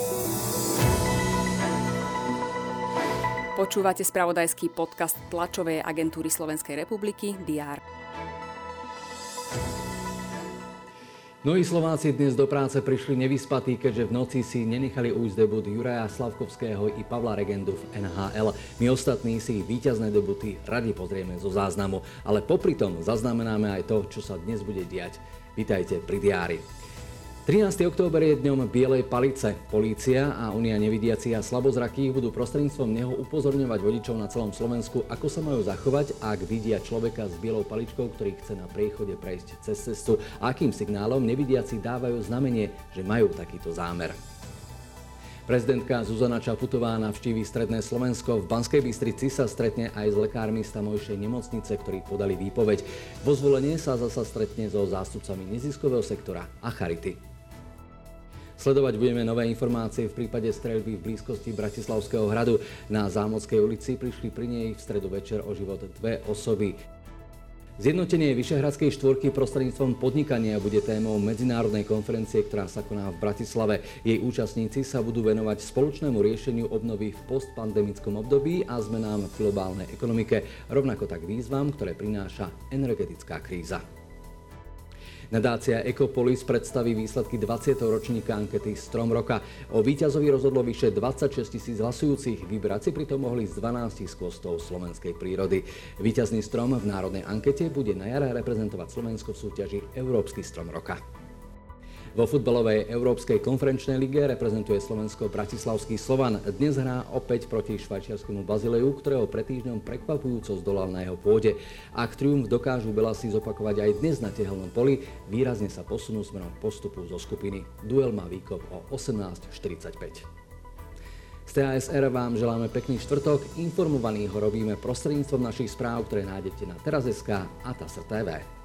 Počúvate spravodajský podcast tlačovej agentúry Slovenskej republiky DR. Mnohí Slováci dnes do práce prišli nevyspatí, keďže v noci si nenechali ujsť debut Juraja Slavkovského i Pavla Regendu v NHL. My ostatní si víťazné debuty radi pozrieme zo záznamu, ale popri tom zaznamenáme aj to, čo sa dnes bude diať. Vítajte pri diári. 13. október je dňom bielej palice. Polícia a Únia nevidiacich a slabozrakých budú prostredníctvom neho upozorňovať vodičov na celom Slovensku, ako sa majú zachovať, ak vidia človeka s bielou paličkou, ktorý chce na priechode prejsť cez cestu, a akým signálom nevidiaci dávajú znamenie, že majú takýto zámer. Prezidentka Zuzana Čaputová navštíví stredné Slovensko. V Banskej Bystrici sa stretne aj s lekármi z tamojšej nemocnice, ktorí podali výpoveď. Vo Zvolenie sa zasa stretne so zástupcami neziskového sektora a charity. Sledovať budeme nové informácie v prípade streľby v blízkosti Bratislavského hradu. Na Zámockej ulici prišli pri nej v stredu večer o život dve osoby. Zjednotenie Vyšehradskej štvorky prostredníctvom podnikania bude témou medzinárodnej konferencie, ktorá sa koná v Bratislave. Jej účastníci sa budú venovať spoločnému riešeniu obnovy v postpandemickom období a zmenám v globálnej ekonomike, rovnako tak výzvam, ktoré prináša energetická kríza. Nadácia Ecopolis predstaví výsledky 20. ročníka ankety Strom roka. O víťazovi rozhodlo vyše 26 000 hlasujúcich. Vybrať si pritom mohli z 12 skvostov slovenskej prírody. Víťazný strom v národnej ankete bude na jar reprezentovať Slovensko v súťaži Európsky strom roka. Vo futbalovej Európskej konferenčnej lige reprezentuje Slovensko bratislavský Slovan. Dnes hrá opäť proti švajčiarskému Bazileju, ktorého pred týždňom prekvapujúco zdolal na jeho pôde. Ak triumf dokážu Belasi zopakovať aj dnes na tehelnom poli, výrazne sa posunú smerom postupu zo skupiny. Duel má výkop o 18:45. Z TASR vám želáme pekný štvrtok. Informovaní ho robíme prostredníctvom našich správ, ktoré nájdete na teraz.sk a TASR TV.